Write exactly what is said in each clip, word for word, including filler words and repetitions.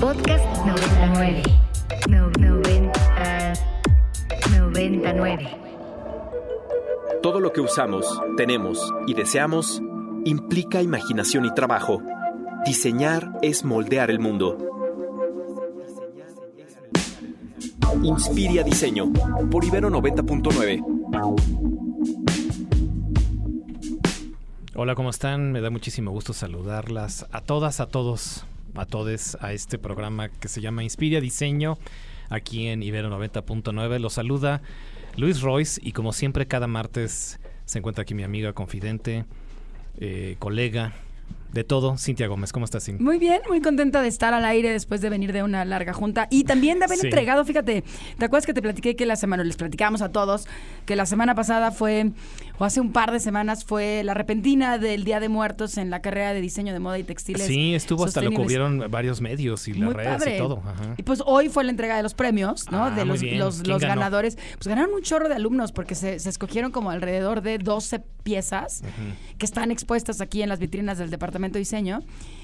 Podcast noventa y nueve. No, noventa, noventa y nueve. Todo lo que usamos, tenemos y deseamos implica imaginación y trabajo. Diseñar es moldear el mundo. Inspiria Diseño, por Ibero noventa punto nueve. Hola, ¿cómo están? Me da muchísimo gusto saludarlas a todas, a todos, a todes a este programa que se llama Inspiria Diseño, aquí en Ibero noventa punto nueve. Los saluda Luis Royce y como siempre cada martes se encuentra aquí mi amiga confidente, eh, colega, de todo, Cintia Gómez. ¿Cómo estás, Cintia? Muy bien, muy contenta de estar al aire después de venir de una larga junta y también de haber sí. entregado, fíjate, ¿te acuerdas que te platiqué que la semana, les platicamos a todos, que la semana pasada fue, o hace un par de semanas, fue la repentina del Día de Muertos en la carrera de diseño de moda y textiles? Sí, estuvo, hasta lo cubrieron varios medios y las muy redes padre. Y todo. Ajá. Y pues hoy fue la entrega de los premios, ¿no? Ah, de los, los, los ganó? ganadores. Pues ganaron un chorro de alumnos porque se, se escogieron como alrededor de doce piezas uh-huh. que están expuestas aquí en las vitrinas del Departamento de Diseño.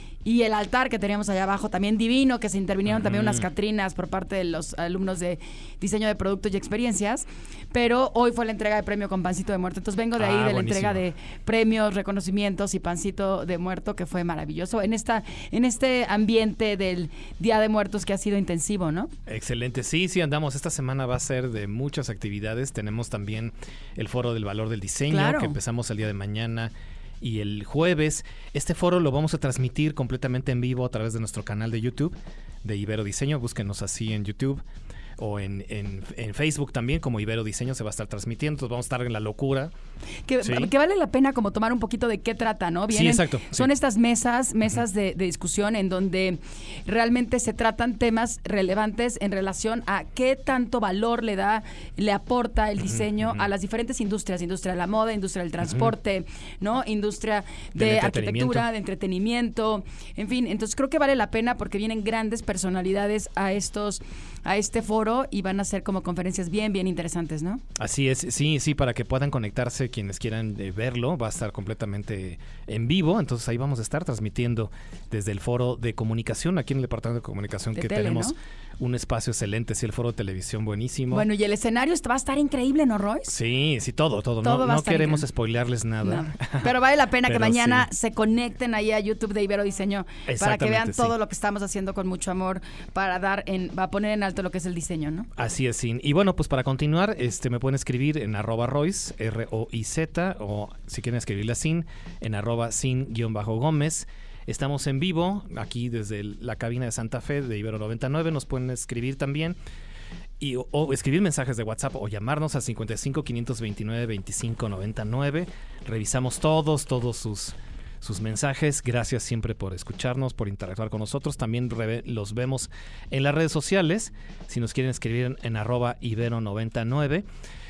Y el altar que teníamos allá abajo también divino, que se intervinieron uh-huh. también unas catrinas por parte de los alumnos de diseño de productos y experiencias. Pero hoy fue la entrega de premio con pancito de muerto. Entonces vengo de ahí ah, de la buenísimo. entrega de premios, reconocimientos y pancito de muerto, que fue maravilloso en esta en este ambiente del Día de Muertos que ha sido intensivo, ¿no? Excelente. Sí, sí, andamos. Esta semana va a ser de muchas actividades. Tenemos también el Foro del Valor del Diseño, claro. que empezamos el día de mañana. Y el jueves, este foro lo vamos a transmitir completamente en vivo a través de nuestro canal de YouTube de Ibero Diseño. Búsquenos así en YouTube o en, en, en Facebook también, como Ibero Diseño se va a estar transmitiendo. Entonces vamos a estar en la locura. Que, ¿sí? que vale la pena como tomar un poquito de qué trata, ¿no? Vienen, sí, exacto. Son sí. estas mesas, mesas uh-huh. de, de discusión en donde realmente se tratan temas relevantes en relación a qué tanto valor le da, le aporta el diseño uh-huh. a las diferentes industrias. Industria de la moda, industria del transporte, uh-huh. ¿no? Industria de arquitectura, de entretenimiento. En fin, entonces creo que vale la pena porque vienen grandes personalidades a estos, a este foro y van a ser como conferencias bien, bien interesantes, ¿no? Así es, sí, sí, para que puedan conectarse quienes quieran eh, verlo, va a estar completamente en vivo, entonces ahí vamos a estar transmitiendo desde el foro de comunicación, aquí en el departamento de comunicación de que tele, tenemos, ¿no? Un espacio excelente, sí, el foro de televisión buenísimo. Bueno, y el escenario va a estar increíble, ¿no, Royce? Sí, sí, todo, todo, todo no, no queremos spoilearles nada. No. Pero vale la pena que mañana sí. se conecten ahí a YouTube de Ibero Diseño para que vean todo sí. lo que estamos haciendo con mucho amor para dar en, para poner en alto lo que es el diseño, ¿no? Así es, sí. Y bueno, pues para continuar, este me pueden escribir en arroba Royce, R O I Z, o si quieren escribirla sin, en arroba sin-gómez. Estamos en vivo aquí desde el, la cabina de Santa Fe de Ibero noventa y nueve. Nos pueden escribir también y, o, o escribir mensajes de WhatsApp o llamarnos al cincuenta y cinco, quinientos veintinueve, veinticinco noventa y nueve. Revisamos todos, todos sus, sus mensajes. Gracias siempre por escucharnos, por interactuar con nosotros. También re, los vemos en las redes sociales. Si nos quieren escribir en, en arroba Ibero noventa y nueve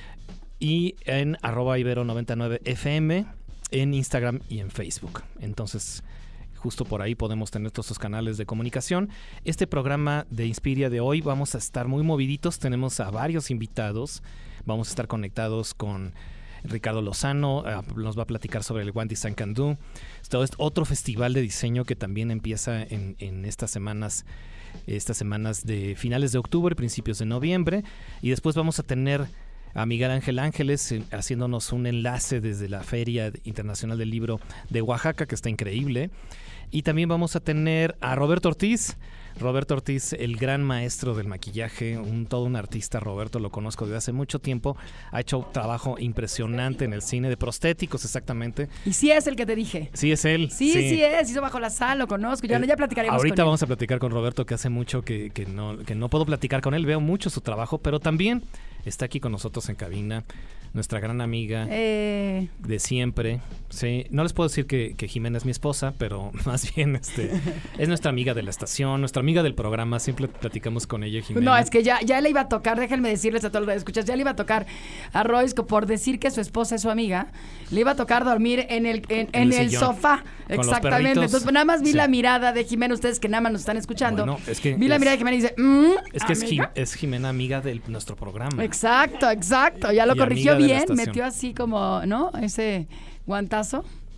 y en arroba Ibero noventa y nueve F M en Instagram y en Facebook. Entonces, justo por ahí podemos tener todos esos canales de comunicación. Este programa de Inspiria de hoy vamos a estar muy moviditos. Tenemos a varios invitados. Vamos a estar conectados con Ricardo Lozano. Uh, nos va a platicar sobre el One Design Can Do. Esto es otro festival de diseño que también empieza en, en estas semanas, estas semanas de finales de octubre, principios de noviembre. Y después vamos a tener a Miguel Ángel Ángeles eh, haciéndonos un enlace desde la Feria Internacional del Libro de Oaxaca, que está increíble. Y también vamos a tener a Roberto Ortiz. Roberto Ortiz, el gran maestro del maquillaje, un, todo un artista. Roberto lo conozco desde hace mucho tiempo. Ha hecho un trabajo impresionante en el cine de prostéticos, exactamente. Y sí es el que te dije. Sí es él. Sí, sí, sí es. Hizo Bajo la Sal, lo conozco. Ya, eh, ya platicaremos ahorita con él. Vamos a platicar con Roberto, que hace mucho que, que, no, que no puedo platicar con él. Veo mucho su trabajo, pero también está aquí con nosotros en cabina nuestra gran amiga eh... de siempre. Sí, no les puedo decir que, que Jimena es mi esposa, pero más bien este es nuestra amiga de la estación, nuestra amiga del programa. Siempre platicamos con ella, Jimena. No, es que ya, ya le iba a tocar, déjenme decirles a todos los que escuchas, ya le iba a tocar a Royce por decir que su esposa es su amiga. Le iba a tocar dormir en el, en, en, en el, el sofá. Exactamente. Entonces, nada más vi sí. la mirada de Jimena, ustedes que nada más nos están escuchando. Bueno, es que vi la es, mirada de Jimena y dice, mm, es que es, Jim, es Jimena amiga de nuestro programa. Exacto, exacto. Ya lo y corrigió bien, metió así como, ¿no? Ese guantazo.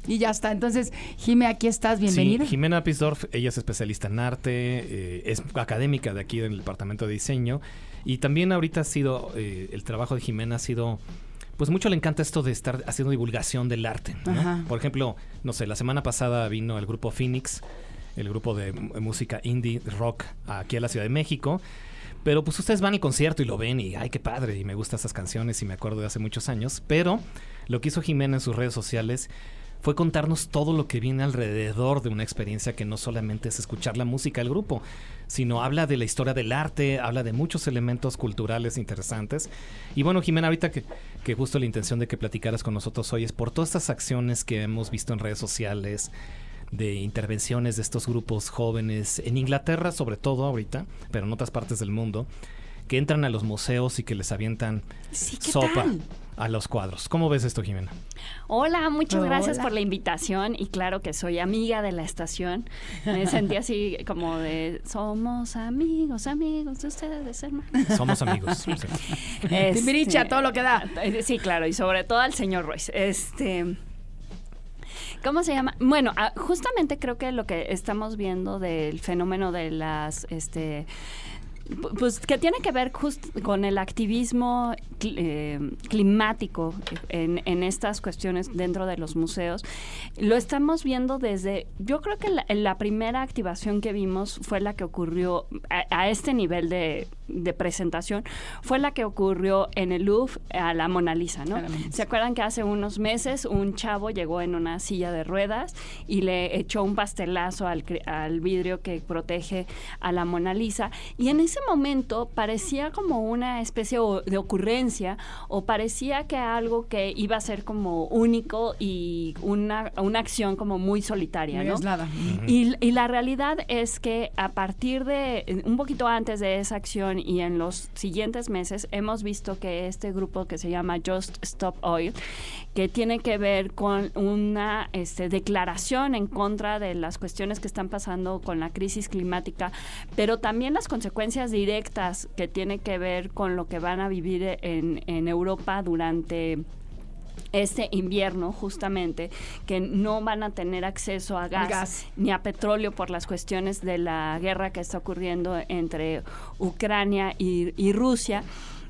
Y ya está. Entonces, Jime, aquí estás, bienvenida. Sí, Jimena Pisdorf, ella es especialista en arte, eh, es académica de aquí del departamento de diseño, y también ahorita ha sido, eh, el trabajo de Jimena ha sido, pues mucho le encanta esto de estar haciendo divulgación del arte, ¿no? Por ejemplo, no sé, la semana pasada vino el grupo Phoenix, el grupo de m- música indie, rock, aquí a la Ciudad de México. Pero pues ustedes van al concierto y lo ven y ¡ay, qué padre! Y me gustan estas canciones y me acuerdo de hace muchos años. Pero lo que hizo Jimena en sus redes sociales fue contarnos todo lo que viene alrededor de una experiencia que no solamente es escuchar la música del grupo, sino habla de la historia del arte, habla de muchos elementos culturales interesantes. Y bueno, Jimena, ahorita que, que justo la intención de que platicaras con nosotros hoy es por todas estas acciones que hemos visto en redes sociales, de intervenciones de estos grupos jóvenes, en Inglaterra sobre todo ahorita, pero en otras partes del mundo, que entran a los museos y que les avientan Sí, ¿qué sopa tal? a los cuadros. ¿Cómo ves esto, Jimena? Hola, muchas Hola. gracias por la invitación y claro que soy amiga de la estación. Me sentí así como de somos amigos, amigos de ustedes, hermanos. Somos amigos. Sí. Este, Timbiriche, todo lo que da. Sí, claro, y sobre todo al señor Royce. Este, ¿cómo se llama? Bueno, ah, justamente creo que lo que estamos viendo del fenómeno de las, este, pu- pues que tiene que ver just con el activismo cl- eh, climático en, en estas cuestiones dentro de los museos, lo estamos viendo desde, yo creo que la, la primera activación que vimos fue la que ocurrió a, a este nivel de, de presentación, fue la que ocurrió en el Louvre a la Mona Lisa, ¿no? A la Mona Lisa. ¿Se acuerdan que hace unos meses un chavo llegó en una silla de ruedas y le echó un pastelazo al, cri- al vidrio que protege a la Mona Lisa? Y en ese momento parecía como una especie o- de ocurrencia o parecía que algo que iba a ser como único y una, una acción como muy solitaria, Muy ¿no? aislada. Y, y la realidad es que a partir de, un poquito antes de esa acción y en los siguientes meses, hemos visto que este grupo que se llama Just Stop Oil, que tiene que ver con una este, declaración en contra de las cuestiones que están pasando con la crisis climática, pero también las consecuencias directas que tiene que ver con lo que van a vivir en, en Europa durante este invierno, justamente, que no van a tener acceso a gas, gas. ni a petróleo por las cuestiones de la guerra que está ocurriendo entre Ucrania y, y Rusia.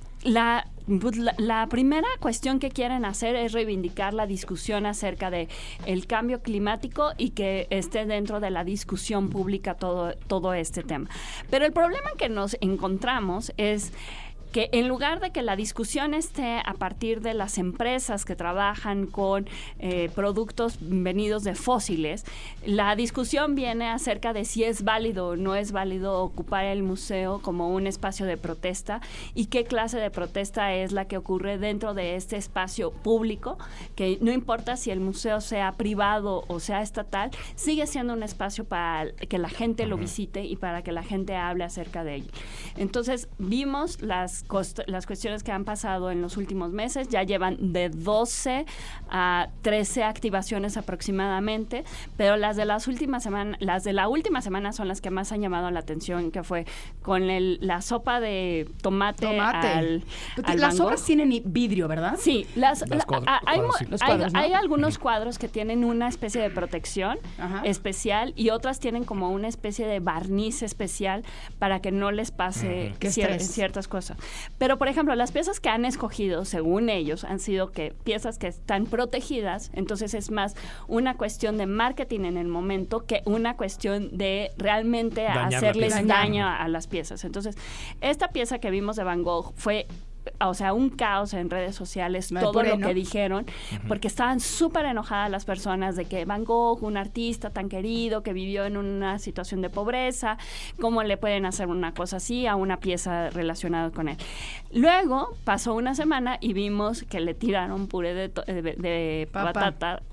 La, pues, la, la primera cuestión que quieren hacer es reivindicar la discusión acerca de el cambio climático y que esté dentro de la discusión pública todo, todo este tema. Pero el problema que nos encontramos es que en lugar de que la discusión esté a partir de las empresas que trabajan con eh, productos venidos de fósiles, la discusión viene acerca de si es válido o no es válido ocupar el museo como un espacio de protesta y qué clase de protesta es la que ocurre dentro de este espacio público, que no importa si el museo sea privado o sea estatal, sigue siendo un espacio para que la gente lo visite y para que la gente hable acerca de ello. Entonces, vimos las Cost- las cuestiones que han pasado en los últimos meses, ya llevan de doce a trece activaciones aproximadamente, pero las de las últimas semanas, las de la última semana son las que más han llamado la atención, que fue con el, la sopa de tomate, Tomate. al, Pero al Las Van Gogh. obras tienen i- vidrio, ¿verdad? Sí, las, Los la- cuadros- a- hay, cuadros, mu- sí. Los hay- cuadros, ¿no? hay algunos cuadros que tienen una especie de protección Ajá. especial y otras tienen como una especie de barniz especial para que no les pase Ujú. Qué cier- estrés. ciertas cosas. Pero, por ejemplo, las piezas que han escogido, según ellos, han sido que piezas que están protegidas, entonces es más una cuestión de marketing en el momento que una cuestión de realmente Dañar la hacerles pieza. daño a, a las piezas. Entonces, esta pieza que vimos de Van Gogh fue, o sea, un caos en redes sociales, No hay todo por ahí, lo ¿no? que dijeron, porque estaban súper enojadas las personas de que Van Gogh, un artista tan querido que vivió en una situación de pobreza, ¿cómo le pueden hacer una cosa así a una pieza relacionada con él? Luego pasó una semana y vimos que le tiraron puré de, to- de, de Papa. patata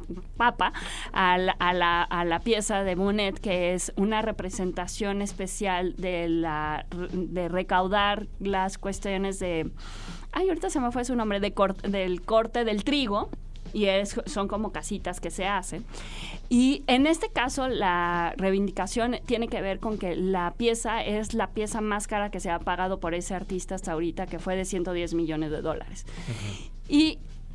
papa a la, a, la, a la pieza de Monet, que es una representación especial de la de recaudar las cuestiones de, ay, ahorita se me fue su nombre, de cort, del corte del trigo, y es, son como casitas que se hacen. Y en este caso la reivindicación tiene que ver con que la pieza es la pieza más cara que se ha pagado por ese artista hasta ahorita, que fue de ciento diez millones de dólares. Uh-huh. Y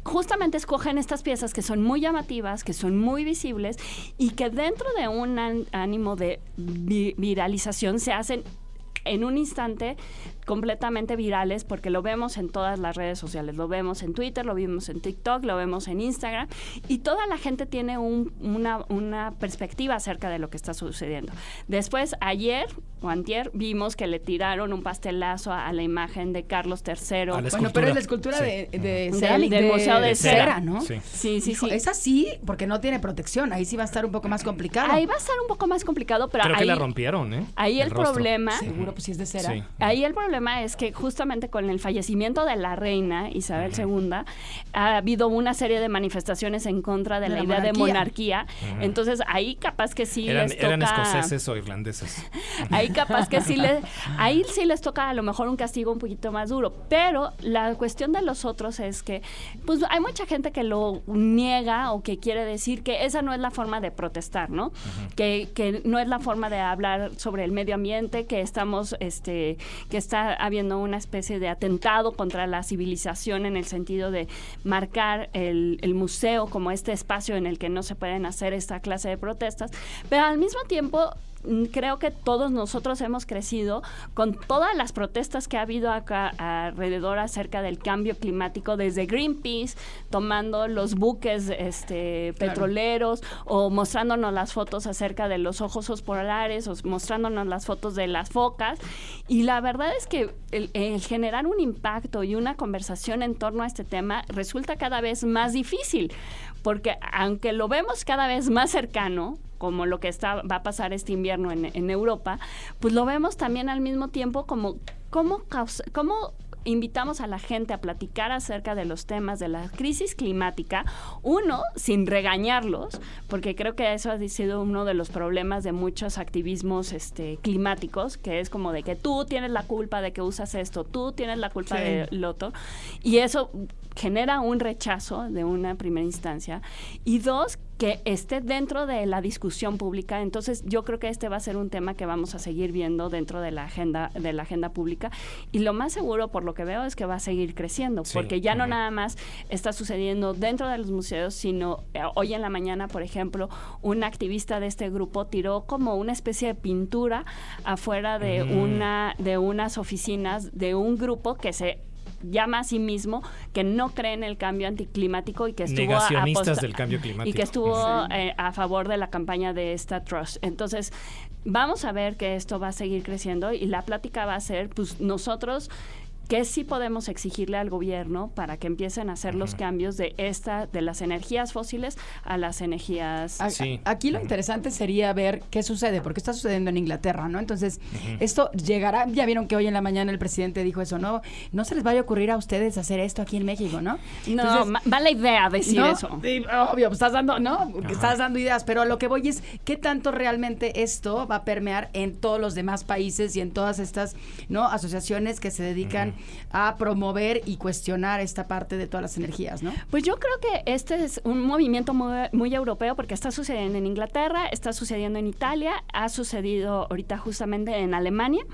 justamente escogen estas piezas que son muy llamativas, que son muy visibles y que dentro de un an- ánimo de vi- viralización se hacen en un instante completamente virales, porque lo vemos en todas las redes sociales, lo vemos en Twitter, lo vemos en TikTok, lo vemos en Instagram, y toda la gente tiene un, una, una perspectiva acerca de lo que está sucediendo. Después, ayer o antier, vimos que le tiraron un pastelazo a, a la imagen de Carlos tercero. A la Bueno, pero es la escultura Sí. de, de Del- cerámica. del Museo de cera, Cera. ¿no? Sí. Sí, sí, Hijo, sí. Es así, porque no tiene protección. Ahí sí va a estar un poco más complicado. Ahí va a estar un poco más complicado, pero Creo ahí, que la rompieron, ¿eh? ahí el, rostro. problema... Seguro, pues si es de cera. Sí. Ahí el problema es que justamente con el fallecimiento de la reina Isabel segunda ha habido una serie de manifestaciones en contra de, De la, la idea de monarquía. monarquía. Entonces ahí capaz que sí Eran, les toca... eran escoceses o irlandeses. Ahí capaz que sí les, ahí sí les toca a lo mejor un castigo un poquito más duro, pero la cuestión de los otros es que pues hay mucha gente que lo niega o que quiere decir que esa no es la forma de protestar, ¿no? Que, que no es la forma de hablar sobre el medio ambiente, que estamos, este, que está habiendo una especie de atentado contra la civilización en el sentido de marcar el, el museo como este espacio en el que no se pueden hacer esta clase de protestas, pero al mismo tiempo creo que todos nosotros hemos crecido con todas las protestas que ha habido acá alrededor acerca del cambio climático, desde Greenpeace tomando los buques este, petroleros, claro, o mostrándonos las fotos acerca de los ojos polares, o mostrándonos las fotos de las focas. Y la verdad es que el, el generar un impacto y una conversación en torno a este tema resulta cada vez más difícil, porque aunque lo vemos cada vez más cercano, como lo que está, va a pasar este invierno en, en Europa, pues lo vemos también al mismo tiempo como cómo cómo invitamos a la gente a platicar acerca de los temas de la crisis climática, uno, sin regañarlos, porque creo que eso ha sido uno de los problemas de muchos activismos este, climáticos, que es como de que tú tienes la culpa de que usas esto, tú tienes la culpa Sí. de lo otro, y eso genera un rechazo de una primera instancia, y dos, que esté dentro de la discusión pública. Entonces yo creo que este va a ser un tema que vamos a seguir viendo dentro de la agenda de la agenda pública, y lo más seguro por lo que veo es que va a seguir creciendo, Sí. porque ya no Ujú. nada más está sucediendo dentro de los museos, sino eh, hoy en la mañana, por ejemplo, un activista de este grupo tiró como una especie de pintura afuera de Mm. una de unas oficinas de un grupo que se llama a sí mismo que no cree en el cambio anticlimático y que estuvo Negacionistas aposta- del cambio climático. y que estuvo Sí. eh, a favor de la campaña de esta Trust. Entonces, vamos a ver que esto va a seguir creciendo, y la plática va a ser, pues, nosotros que sí podemos exigirle al gobierno para que empiecen a hacer los cambios de esta, de las energías fósiles a las energías... A- Sí. Aquí lo interesante sería ver qué sucede, porque está sucediendo en Inglaterra, ¿no? Entonces, esto llegará, ya vieron que hoy en la mañana el presidente dijo eso, ¿no? No se les vaya a ocurrir a ustedes hacer esto aquí en México, ¿no? No, Entonces, ma- mala idea decir ¿no? eso. Sí, obvio, pues estás dando, ¿no? Porque estás dando ideas, pero a lo que voy es qué tanto realmente esto va a permear en todos los demás países y en todas estas, ¿no? Asociaciones que se dedican a promover y cuestionar esta parte de todas las energías, ¿no? Pues yo creo que este es un movimiento muy, muy europeo, porque está sucediendo en Inglaterra, está sucediendo en Italia, ha sucedido ahorita justamente en Alemania,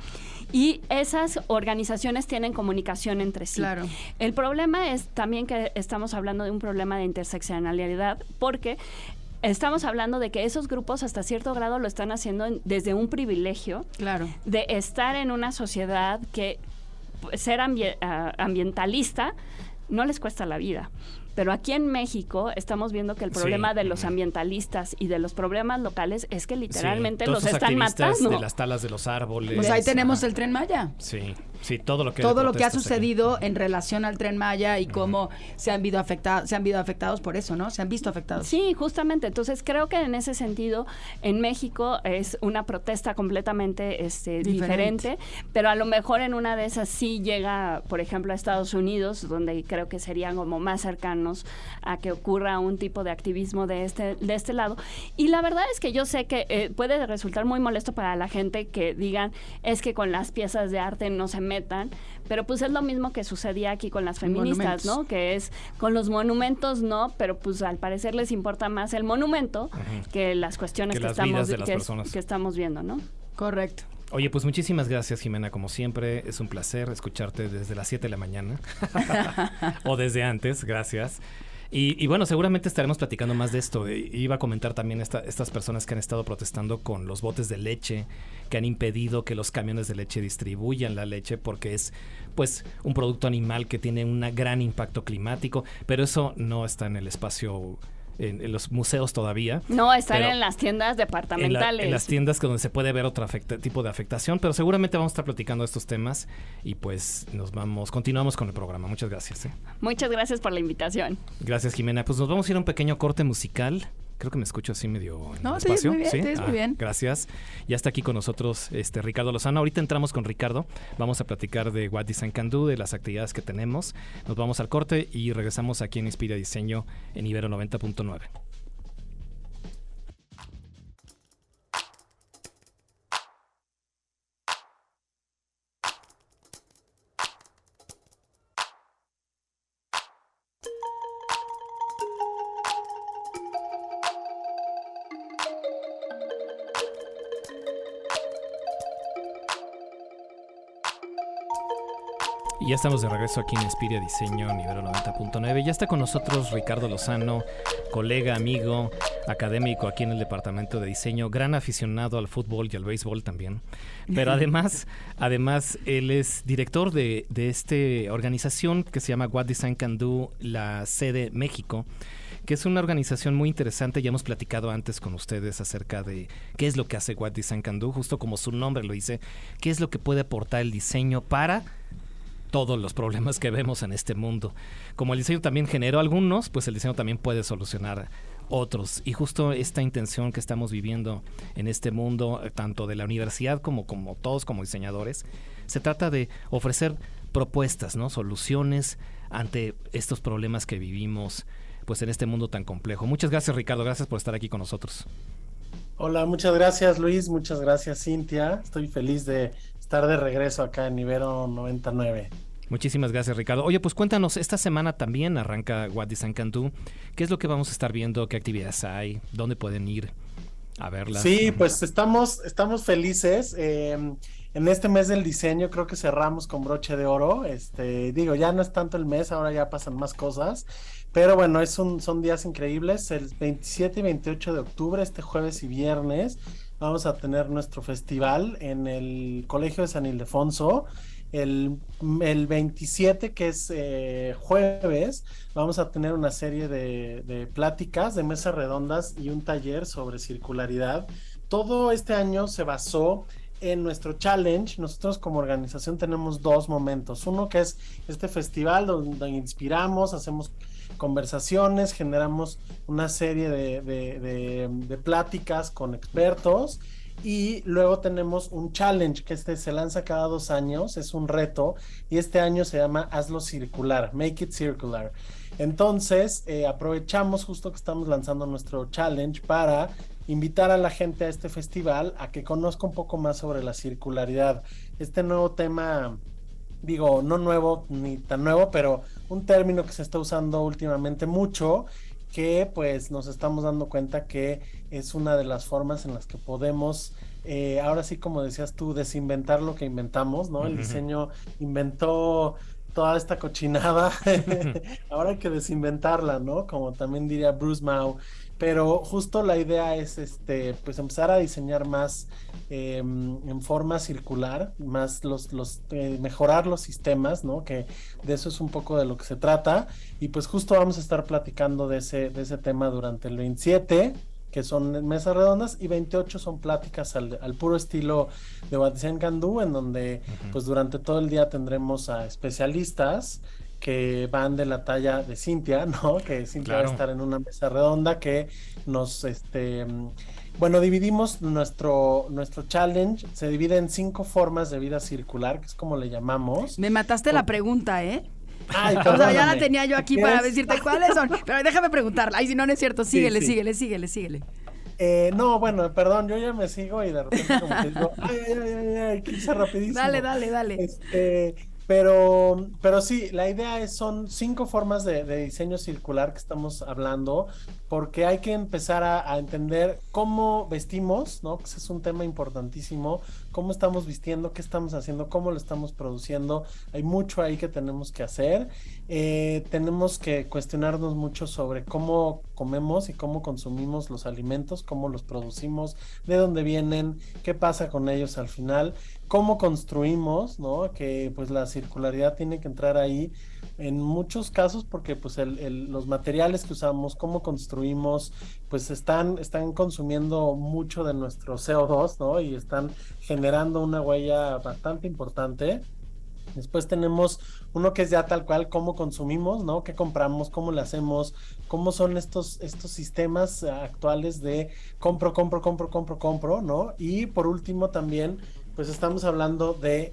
y esas organizaciones tienen comunicación entre sí. Claro. El problema es también que estamos hablando de un problema de interseccionalidad, porque estamos hablando de que esos grupos hasta cierto grado lo están haciendo en- desde un privilegio Claro. de estar en una sociedad que ser ambi- uh, ambientalista no les cuesta la vida. Pero aquí en México estamos viendo que el problema Sí. de los ambientalistas y de los problemas locales es que literalmente Sí, todos los esos están activistas matando. de las talas de los árboles. Pues ahí tenemos Ajá. el Tren Maya. Sí, sí, todo lo que Todo lo que ha protestas aquí. sucedido en relación al Tren Maya y cómo se han visto afectados, se han visto afectados por eso, ¿no? Se han visto afectados. Sí, justamente. Entonces creo que en ese sentido en México es una protesta completamente este, Diferente. diferente, pero a lo mejor en una de esas sí llega, por ejemplo, a Estados Unidos, donde creo que serían como más cercanos a que ocurra un tipo de activismo de este, de este lado. Y la verdad es que yo sé que eh, puede resultar muy molesto para la gente que digan es que con las piezas de arte no se metan, pero pues es lo mismo que sucedía aquí con las feministas, Monumentos. ¿no? Que es con los monumentos no, pero pues al parecer les importa más el monumento que las cuestiones Que que, las estamos vidas de las que, personas. que estamos viendo, ¿no? Correcto. Oye, pues muchísimas gracias, Jimena, como siempre. Es un placer escucharte desde las siete de la mañana o desde antes, gracias. Y, y bueno, seguramente estaremos platicando más de esto. I- iba a comentar también esta, estas personas que han estado protestando con los botes de leche, que han impedido que los camiones de leche distribuyan la leche porque es pues un producto animal que tiene un gran impacto climático, pero eso no está en el espacio... En, en los museos todavía. No, están pero en las tiendas departamentales. En, la, en las tiendas que donde se puede ver otro afecta, tipo de afectación, pero seguramente vamos a estar platicando de estos temas y pues nos vamos, continuamos con el programa. Muchas gracias. ¿eh? Muchas gracias por la invitación. Gracias, Jimena. Pues nos vamos a ir a un pequeño corte musical. Creo que me escucho así medio en No, el te oyes espacio. muy bien, te oyes Ah, muy bien. Gracias. Ya está aquí con nosotros este Ricardo Lozano. Ahorita entramos con Ricardo. Vamos a platicar de What Design Can Do, de las actividades que tenemos. Nos vamos al corte y regresamos aquí en Inspira Diseño en Ibero noventa punto nueve. Y ya estamos de regreso aquí en Inspira Diseño, Nivel noventa punto nueve. Ya está con nosotros Ricardo Lozano, colega, amigo, académico aquí en el departamento de diseño, gran aficionado al fútbol y al béisbol también. Pero además, además él es director de, de esta organización que se llama What Design Can Do, la sede México, que es una organización muy interesante. Ya hemos platicado antes con ustedes acerca de qué es lo que hace What Design Can Do, justo como su nombre lo dice, qué es lo que puede aportar el diseño para todos los problemas que vemos en este mundo. Como el diseño también generó algunos, pues el diseño también puede solucionar otros. Y justo esta intención que estamos viviendo en este mundo, tanto de la universidad como, como todos como diseñadores, se trata de ofrecer propuestas, ¿no? Soluciones ante estos problemas que vivimos pues en este mundo tan complejo. Muchas gracias, Ricardo. Gracias por estar aquí con nosotros. Hola, muchas gracias, Luis. Muchas gracias, Cintia. Estoy feliz de estar de regreso acá en Ibero noventa y nueve. Muchísimas gracias, Ricardo. Oye, pues cuéntanos, esta semana también arranca What Design Can Do. ¿Qué es lo que vamos a estar viendo? ¿Qué actividades hay? ¿Dónde pueden ir a verlas? Sí, pues estamos, estamos felices. Eh, en este mes del diseño creo que cerramos con broche de oro. Este, digo, ya no es tanto el mes, ahora ya pasan más cosas. Pero bueno, es un, son días increíbles. El veintisiete y veintiocho de octubre, este jueves y viernes, vamos a tener nuestro festival en el Colegio de San Ildefonso. El, el veintisiete, que es eh, jueves, vamos a tener una serie de, de pláticas, de mesas redondas y un taller sobre circularidad. Todo este año se basó en nuestro challenge. Nosotros como organización tenemos dos momentos. Uno que es este festival donde inspiramos, hacemos conversaciones, generamos una serie de, de, de, de pláticas con expertos. Y luego tenemos un challenge que este se lanza cada dos años, es un reto, y este año se llama Hazlo Circular, Make It Circular. Entonces, eh, aprovechamos justo que estamos lanzando nuestro challenge para invitar a la gente a este festival a que conozca un poco más sobre la circularidad. Este nuevo tema, digo, no nuevo ni tan nuevo, pero un término que se está usando últimamente mucho, que pues nos estamos dando cuenta que es una de las formas en las que podemos, eh, ahora sí, como decías tú, desinventar lo que inventamos, ¿no? Uh-huh. El diseño inventó toda esta cochinada, ahora hay que desinventarla, ¿no? Como también diría Bruce Mau. Pero justo la idea es este, pues empezar a diseñar más eh, en forma circular, más los, los eh, mejorar los sistemas, ¿no? Que de eso es un poco de lo que se trata. Y pues justo vamos a estar platicando de ese, de ese tema durante el veintisiete, que son mesas redondas, y veintiocho son pláticas al, al puro estilo de What Design Can Do, en donde uh-huh. pues durante todo el día tendremos a especialistas que van de la talla de Cintia, ¿no? Que Cintia claro. va a estar en una mesa redonda que nos, este, bueno, dividimos nuestro, nuestro challenge, se divide en cinco formas de vida circular, que es como le llamamos. Me mataste Por... la pregunta, ¿eh? Ay, o sea, ya la tenía yo aquí para decirte cuáles son, pero déjame preguntarla. Ay, si no, no es cierto, síguele, sí, sí. síguele, síguele, síguele. Eh, no, bueno, perdón, yo ya me sigo y de repente como que digo, ay, ay, ay, ay, ay, quise rapidísimo. Dale, dale, dale. Este... Pero, pero sí, la idea es, son cinco formas de, de diseño circular que estamos hablando, porque hay que empezar a, a entender cómo vestimos, ¿no? Que ese es un tema importantísimo, cómo estamos vistiendo, qué estamos haciendo, cómo lo estamos produciendo. Hay mucho ahí que tenemos que hacer. Eh, tenemos que cuestionarnos mucho sobre cómo comemos y cómo consumimos los alimentos, cómo los producimos, de dónde vienen, qué pasa con ellos al final, cómo construimos, ¿no? Que pues la circularidad tiene que entrar ahí en muchos casos porque pues el, el, los materiales que usamos, cómo construimos, pues están, están consumiendo mucho de nuestro C O dos, ¿no? Y están generando una huella bastante importante. Después tenemos uno que es ya tal cual cómo consumimos, ¿no? ¿Qué compramos? ¿Cómo lo hacemos? ¿Cómo son estos, estos sistemas actuales de compro, compro, compro, compro, compro, ¿no? Y por último también, pues estamos hablando de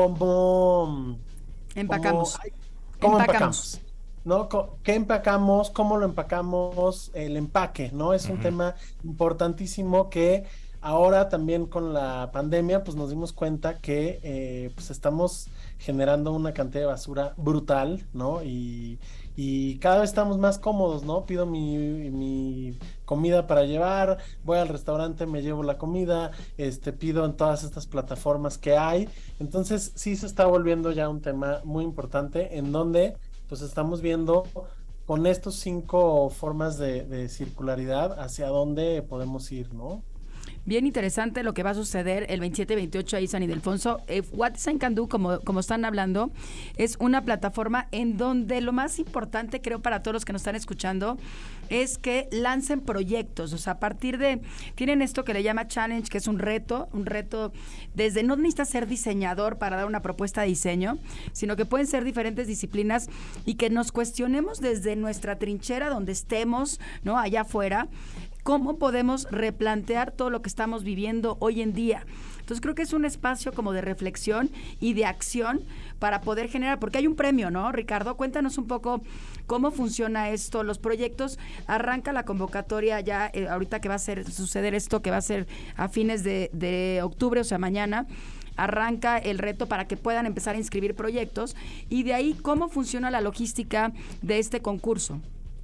cómo... Empacamos. Cómo, cómo empacamos. empacamos, ¿no? ¿Qué empacamos? ¿Cómo lo empacamos? El empaque, ¿no? Es un uh-huh. tema importantísimo que ahora también con la pandemia, pues nos dimos cuenta que eh, pues estamos generando una cantidad de basura brutal, ¿no? Y, y cada vez estamos más cómodos, ¿no? Pido mi, mi comida para llevar, voy al restaurante, me llevo la comida, este, pido en todas estas plataformas que hay. Entonces sí se está volviendo ya un tema muy importante en donde pues estamos viendo con estos cinco formas de, de circularidad hacia dónde podemos ir, ¿no? Bien interesante lo que va a suceder el veintisiete y veintiocho ahí San Ildefonso. Eh, What Design Can Do, como, como están hablando, es una plataforma en donde lo más importante, creo, para todos los que nos están escuchando, es que lancen proyectos. O sea, a partir de... Tienen esto que le llama Challenge, que es un reto, un reto desde... No necesitas ser diseñador para dar una propuesta de diseño, sino que pueden ser diferentes disciplinas y que nos cuestionemos desde nuestra trinchera donde estemos, ¿no? Allá afuera, cómo podemos replantear todo lo que estamos viviendo hoy en día. Entonces creo que es un espacio como de reflexión y de acción para poder generar, porque hay un premio, ¿no, Ricardo? Cuéntanos un poco cómo funciona esto, los proyectos. Arranca la convocatoria ya, eh, ahorita que va a ser, suceder esto, que va a ser a fines de, de octubre, o sea, mañana. Arranca el reto para que puedan empezar a inscribir proyectos y de ahí cómo funciona la logística de este concurso.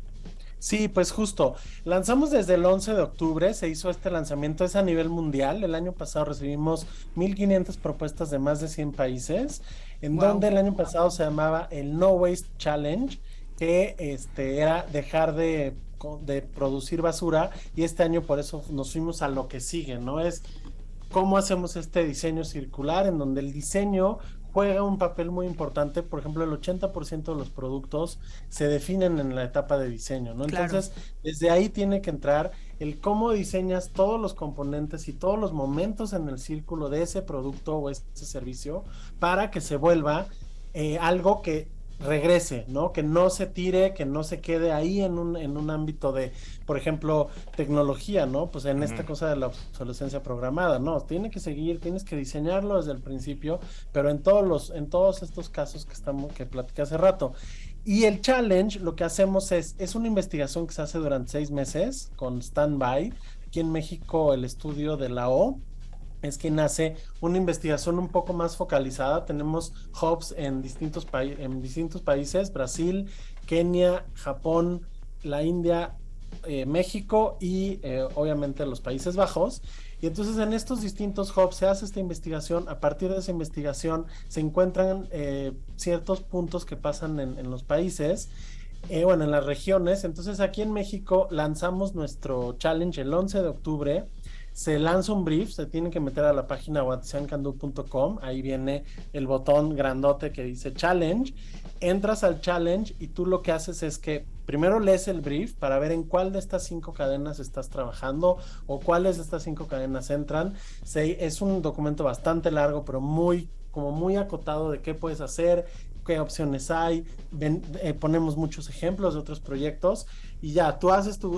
Sí, pues justo, lanzamos desde el once de octubre, se hizo este lanzamiento, es a nivel mundial. El año pasado recibimos mil quinientas propuestas de más de cien países, en wow. donde el año pasado se llamaba el No Waste Challenge, que este era dejar de, de producir basura, y este año por eso nos fuimos a lo que sigue, ¿no? Es cómo hacemos este diseño circular, en donde el diseño juega un papel muy importante. Por ejemplo, el ochenta por ciento de los productos se definen en la etapa de diseño, ¿no? Claro. Entonces, desde ahí tiene que entrar el cómo diseñas todos los componentes y todos los momentos en el círculo de ese producto o ese servicio para que se vuelva eh, algo que regrese, ¿no? Que no se tire, que no se quede ahí en un, en un ámbito de, por ejemplo, tecnología, ¿no? Pues en uh-huh. esta cosa de la obsolescencia programada, ¿no? Tiene que seguir, tienes que diseñarlo desde el principio, pero en todos los, en todos estos casos que estamos, que platiqué hace rato. Y el challenge, lo que hacemos es, es una investigación que se hace durante seis meses con Standby. Aquí en México, el estudio de la O es quien hace una investigación un poco más focalizada. Tenemos hubs en distintos, pa- en distintos países, Brasil, Kenia, Japón, la India, eh, México y eh, obviamente los Países Bajos. Y entonces en estos distintos hubs se hace esta investigación. A partir de esa investigación se encuentran eh, ciertos puntos que pasan en, en los países, eh, bueno, en las regiones. Entonces aquí en México lanzamos nuestro challenge el once de octubre. Se lanza un brief, se tienen que meter a la página what design can do punto com, ahí viene el botón grandote que dice challenge, entras al challenge y tú lo que haces es que primero lees el brief para ver en cuál de estas cinco cadenas estás trabajando o cuáles de estas cinco cadenas entran. Se, es un documento bastante largo, pero muy, como muy acotado de qué puedes hacer, qué opciones hay. Ven, eh, ponemos muchos ejemplos de otros proyectos y ya, tú haces tu...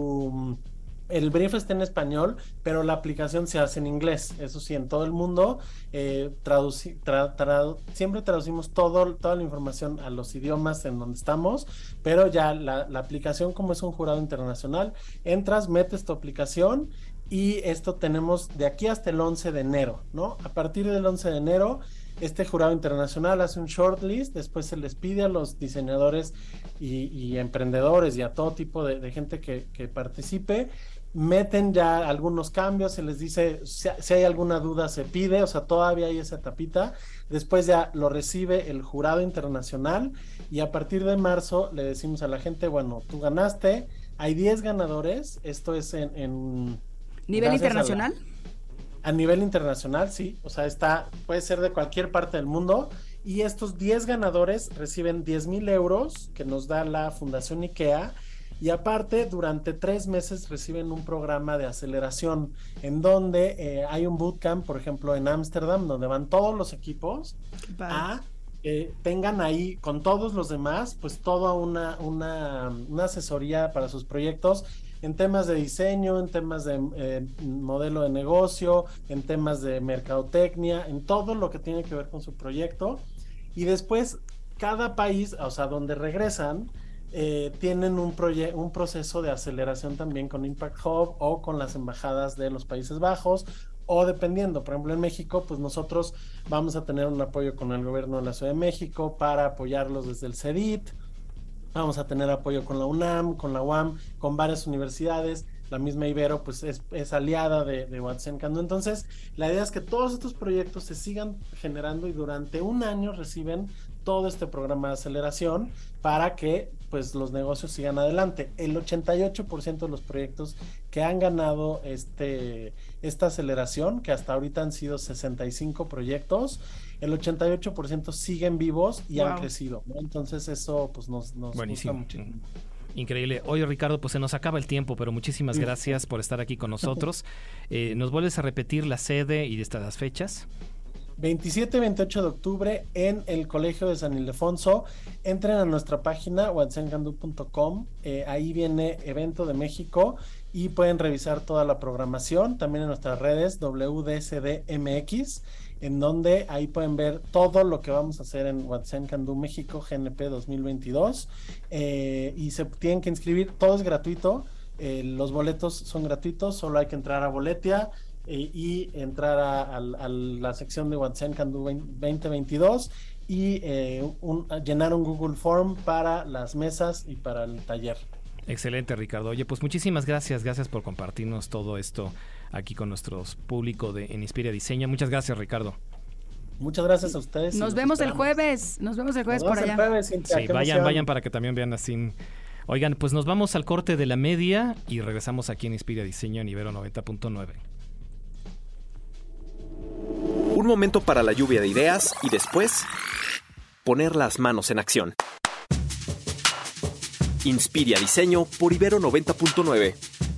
tu el brief está en español, pero la aplicación se hace en inglés. Eso sí, en todo el mundo eh, traduci- tra- tra- siempre traducimos todo, toda la información a los idiomas en donde estamos, pero ya la, la aplicación, como es un jurado internacional, entras, metes tu aplicación y esto tenemos de aquí hasta el once de enero, ¿no? A partir del once de enero Este jurado internacional hace un shortlist, después se les pide a los diseñadores y, y emprendedores y a todo tipo de, de gente que, que participe, meten ya algunos cambios, se les dice si, si hay alguna duda se pide, o sea, todavía hay esa etapita, después ya lo recibe el jurado internacional y a partir de marzo le decimos a la gente, bueno, tú ganaste, hay diez ganadores, esto es en... en ¿Nivel internacional? A, la, a nivel internacional, sí, o sea, está, puede ser de cualquier parte del mundo y estos diez ganadores reciben diez mil euros que nos da la Fundación IKEA. Y aparte, durante tres meses reciben un programa de aceleración en donde eh, hay un bootcamp, por ejemplo, en Ámsterdam, donde van todos los equipos a eh, tengan ahí con todos los demás, pues toda una, una, una asesoría para sus proyectos en temas de diseño, en temas de eh, modelo de negocio, en temas de mercadotecnia, en todo lo que tiene que ver con su proyecto. Y después, cada país, o sea, donde regresan, Eh, tienen un, proye- un proceso de aceleración también con Impact Hub o con las embajadas de los Países Bajos o dependiendo, por ejemplo en México, pues nosotros vamos a tener un apoyo con el gobierno de la Ciudad de México para apoyarlos desde el CEDIT, vamos a tener apoyo con la UNAM, con la U A M, con varias universidades, la misma Ibero pues es, es aliada de, de Watson Can Do. Entonces la idea es que todos estos proyectos se sigan generando y durante un año reciben todo este programa de aceleración para que pues los negocios sigan adelante. El ochenta y ocho por ciento de los proyectos que han ganado este, esta aceleración, que hasta ahorita han sido sesenta y cinco proyectos, el ochenta y ocho por ciento siguen vivos y wow. han crecido, ¿no? Entonces eso pues nos, nos gusta muchísimo. Increíble. Oye, Ricardo, pues se nos acaba el tiempo, pero muchísimas sí. gracias por estar aquí con nosotros. Eh, ¿Nos vuelves a repetir la sede y estas las fechas? veintisiete y veintiocho de octubre en el Colegio de San Ildefonso. Entren a nuestra página watson can do punto com, eh, ahí viene evento de México y pueden revisar toda la programación, también en nuestras redes W D S D M X, en donde ahí pueden ver todo lo que vamos a hacer en Watson Can Do México G N P dos mil veintidós, eh, y se tienen que inscribir, todo es gratuito, eh, los boletos son gratuitos, solo hay que entrar a Boletia Eh, y entrar a, a, a la sección de Watson Can Do veinte veintidós y eh, un, llenar un Google Form para las mesas y para el taller. Excelente, Ricardo. Oye, pues muchísimas gracias, gracias por compartirnos todo esto aquí con nuestro público de en Inspira Diseño. Muchas gracias, Ricardo. Muchas gracias a ustedes. Nos vemos el jueves, nos vemos el jueves nos por allá. El jueves, Cintia, sí, vayan, emoción. vayan para que también vean así. Oigan, pues nos vamos al corte de la media y regresamos aquí en Inspira Diseño en Ibero noventa punto nueve. Un momento para la lluvia de ideas y después poner las manos en acción. Inspira Diseño por Ibero noventa punto nueve.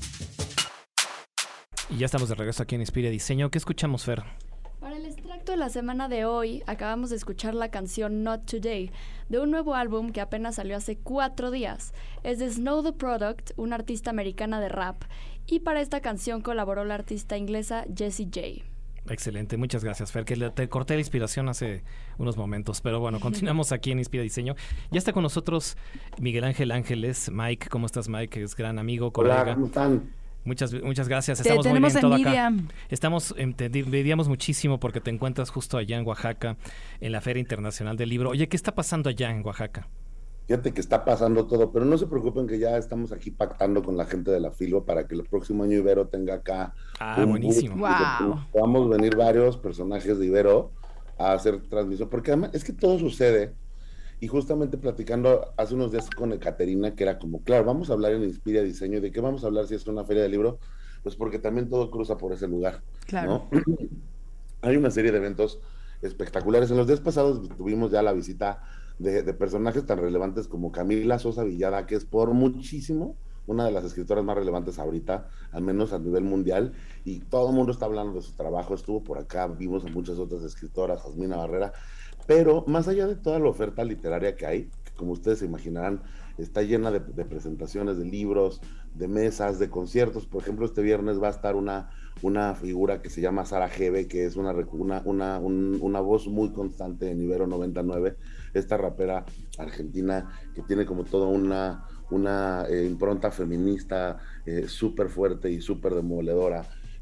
Y ya estamos de regreso aquí en Inspira Diseño. ¿Qué escuchamos, Fer? Para el extracto de la semana de hoy, acabamos de escuchar la canción Not Today, de un nuevo álbum que apenas salió hace cuatro días. Es de Snow the Product, una artista americana de rap, y para esta canción colaboró la artista inglesa Jessie J. Excelente, muchas gracias, Fer, que te corté la inspiración hace unos momentos, pero bueno, continuamos aquí en Inspira Diseño. Ya está con nosotros Miguel Ángel Ángeles. Mike, ¿cómo estás, Mike? Es gran amigo, colega. Hola, ¿cómo están? Muchas, muchas gracias, te estamos muy bien todo envidia. acá. Estamos, te envidiamos muchísimo porque te encuentras justo allá en Oaxaca, en la Feria Internacional del Libro. Oye, ¿qué está pasando allá en Oaxaca? Fíjate que está pasando todo, pero no se preocupen que ya estamos aquí pactando con la gente de la Filo para que el próximo año Ibero tenga acá ah, un buenísimo. Wow. Podamos venir varios personajes de Ibero a hacer transmisión, porque además es que todo sucede, y justamente platicando hace unos días con Ekaterina, que era como, claro, vamos a hablar en Inspira Diseño, ¿de qué vamos a hablar si es una feria de libro? Pues porque también todo cruza por ese lugar, claro. ¿no? Hay una serie de eventos espectaculares. En los días pasados tuvimos ya la visita De, de personajes tan relevantes como Camila Sosa Villada, que es por muchísimo una de las escritoras más relevantes ahorita, al menos a nivel mundial, y todo el mundo está hablando de su trabajo. Estuvo por acá, vimos a muchas otras escritoras, Jasmina Barrera, pero más allá de toda la oferta literaria que hay, que como ustedes se imaginarán, está llena de, de presentaciones, de libros, de mesas, de conciertos. Por ejemplo, este viernes va a estar una, una figura que se llama Sara Gebe, que es una, una, una, un, una voz muy constante en Ibero noventa y nueve, esta rapera argentina que tiene como toda una, una eh, impronta feminista eh, súper fuerte y súper demoledora.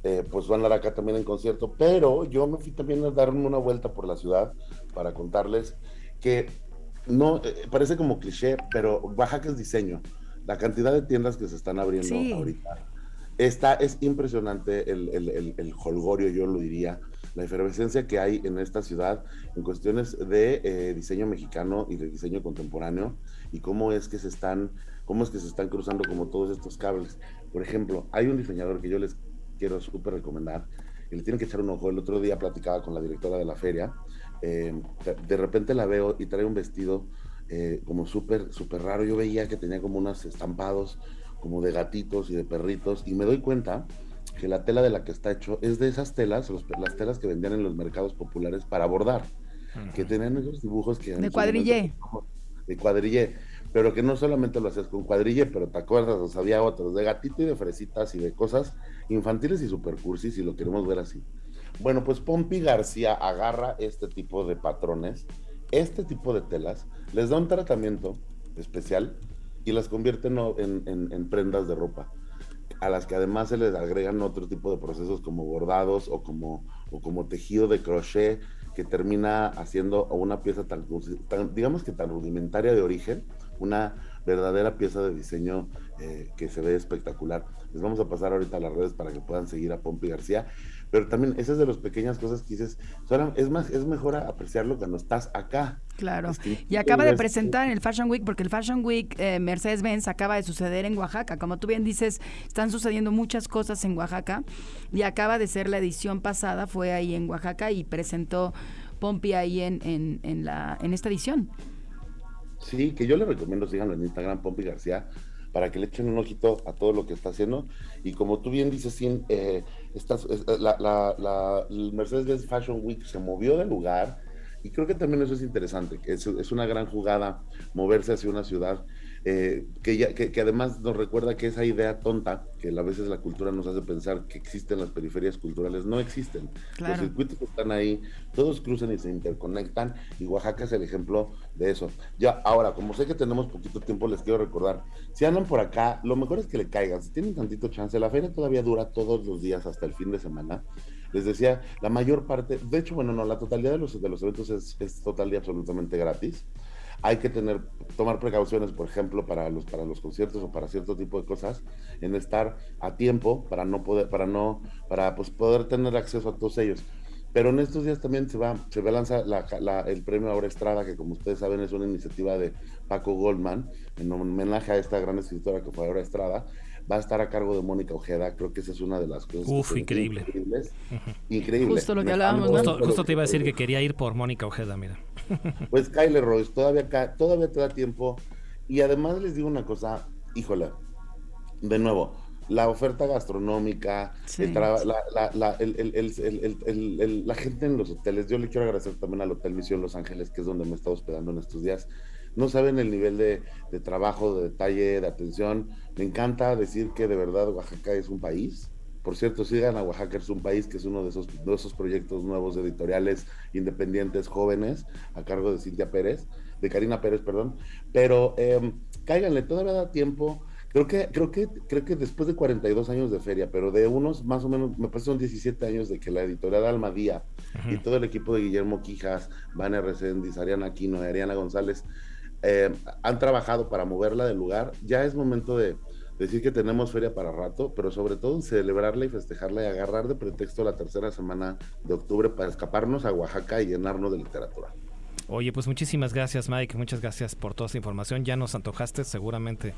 eh, pues van a dar acá también en concierto, pero yo me fui también a darme una vuelta por la ciudad para contarles que no, eh, parece como cliché, pero Oaxaca es diseño. La cantidad de tiendas que se están abriendo Sí. ahorita, está, es impresionante el, el, el, el jolgorio, yo lo diría, la efervescencia que hay en esta ciudad en cuestiones de eh, diseño mexicano y de diseño contemporáneo, y cómo es que se están, cómo es que se están cruzando como todos estos cables. Por ejemplo, hay un diseñador que yo les quiero súper recomendar, y le tienen que echar un ojo. El otro día platicaba con la directora de la feria, eh, de, de repente la veo y trae un vestido eh, como súper, súper raro. Yo veía que tenía como unos estampados como de gatitos y de perritos, y me doy cuenta que la tela de la que está hecho es de esas telas, los, las telas que vendían en los mercados populares para bordar, uh-huh. que tenían esos dibujos que... De cuadrillé. Momento, de cuadrillé, pero que no solamente lo hacías con cuadrillé, pero te acuerdas, o sea, había otros, de gatito y de fresitas y de cosas infantiles y super cursis, si lo queremos ver así. Bueno, pues Pompi García agarra este tipo de patrones, este tipo de telas, les da un tratamiento especial y las convierte en, en, en, en prendas de ropa, a las que además se les agregan otro tipo de procesos como bordados o como, o como tejido de crochet, que termina haciendo una pieza tan, tan, digamos que tan rudimentaria de origen, una verdadera pieza de diseño eh, que se ve espectacular. Les vamos a pasar ahorita a las redes para que puedan seguir a Pompi García, pero también esas de las pequeñas cosas que dices, es más, es mejor apreciarlo cuando estás acá. Claro, es que, y acaba de presentar en el Fashion Week, porque el Fashion Week eh, Mercedes-Benz acaba de suceder en Oaxaca. Como tú bien dices, están sucediendo muchas cosas en Oaxaca, y acaba de ser la edición pasada, fue ahí en Oaxaca y presentó Pompi ahí en, en, en, la, en esta edición. Sí, que yo le recomiendo, síganlo en Instagram, Pompi García, para que le echen un ojito a todo lo que está haciendo. Y como tú bien dices, Sin, eh, estás, la, la, la, el Mercedes-Benz Fashion Week se movió del lugar, y creo que también eso es interesante, que es, es una gran jugada moverse hacia una ciudad eh, que, ya, que, que además nos recuerda que esa idea tonta, que a veces la cultura nos hace pensar que existen las periferias culturales, no existen. Claro. Los circuitos están ahí, todos cruzan y se interconectan, y Oaxaca es el ejemplo de eso. Ya, ahora, como sé que tenemos poquito tiempo, les quiero recordar, si andan por acá, lo mejor es que le caigan, si tienen tantito chance, la feria todavía dura todos los días hasta el fin de semana. Les decía, la mayor parte, de hecho, bueno, no, la totalidad de los, de los eventos es, es total y absolutamente gratis. Hay que tener, tomar precauciones, por ejemplo, para los, para los conciertos o para cierto tipo de cosas, en estar a tiempo para no poder, para no, para pues poder tener acceso a todos ellos. Pero en estos días también se va, se va a lanzar la, la, el premio Aura Estrada, que como ustedes saben es una iniciativa de Paco Goldman, en homenaje a esta gran escritora que fue Aura Estrada. Va a estar a cargo de Mónica Ojeda, creo que esa es una de las cosas. Uf, increíble. Increíbles. Uh-huh. Increíble. Justo lo que hablábamos, ¿no? Justo, justo te iba a decir que quería ir por Mónica Ojeda, mira. Pues Kyle Royce, todavía, todavía te da tiempo. Y además les digo una cosa, híjole, de nuevo, la oferta gastronómica, sí. el tra- la, la, la, el, el, el, el, el, el, la gente en los hoteles. Yo le quiero agradecer también al Hotel Misión Los Ángeles, que es donde me he estado hospedando en estos días. No saben el nivel de, de trabajo, de detalle, de atención. Me encanta decir que de verdad Oaxaca es un país. Por cierto, sigan a Oaxaca es un país, que es uno de esos, de esos proyectos nuevos editoriales independientes jóvenes a cargo de Cintia Pérez, de Karina Pérez, perdón. Pero eh, cáiganle, todavía da tiempo. Creo que, creo que, creo que después de cuarenta y dos años de feria, pero de unos más o menos, me parece son diecisiete años de que la editorial Almadía uh-huh. y todo el equipo de Guillermo Quijas, Vane Reséndiz, Ariana Aquino y Ariana González eh, han trabajado para moverla del lugar. Ya es momento de decir que tenemos feria para rato, pero sobre todo celebrarla y festejarla y agarrar de pretexto la tercera semana de octubre para escaparnos a Oaxaca y llenarnos de literatura. Oye, pues muchísimas gracias, Mike, muchas gracias por toda esta información. Ya nos antojaste, seguramente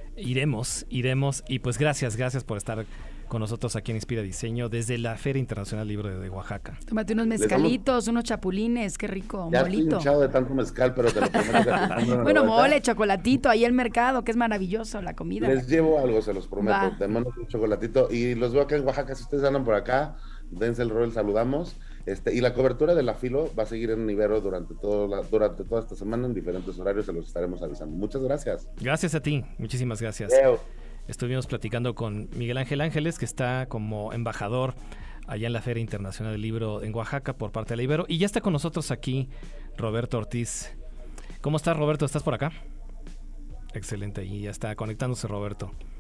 iremos, iremos, y pues gracias, gracias por estar con nosotros aquí en Inspira Diseño desde la Feria Internacional Libre de Oaxaca. Tómate unos mezcalitos, damos... unos chapulines, qué rico, ya molito. Ya estoy hinchado de tanto mezcal, pero te lo prometo. Bueno, mole, chocolatito, ahí el mercado, que es maravilloso, la comida. Les llevo algo, se los prometo. Te mando un chocolatito y los veo acá en Oaxaca. Si ustedes andan por acá, dense el rol, saludamos. Este, y la cobertura de la Filo va a seguir en Ibero durante, todo la, durante toda esta semana en diferentes horarios, se los estaremos avisando. Muchas gracias. Gracias a ti, muchísimas gracias. Leo. Estuvimos platicando con Miguel Ángel Ángeles, que está como embajador allá en la Feria Internacional del Libro en Oaxaca por parte de la Ibero. Y ya está con nosotros aquí Roberto Ortiz. ¿Cómo estás, Roberto? ¿Estás por acá? Excelente, y ya está conectándose Roberto.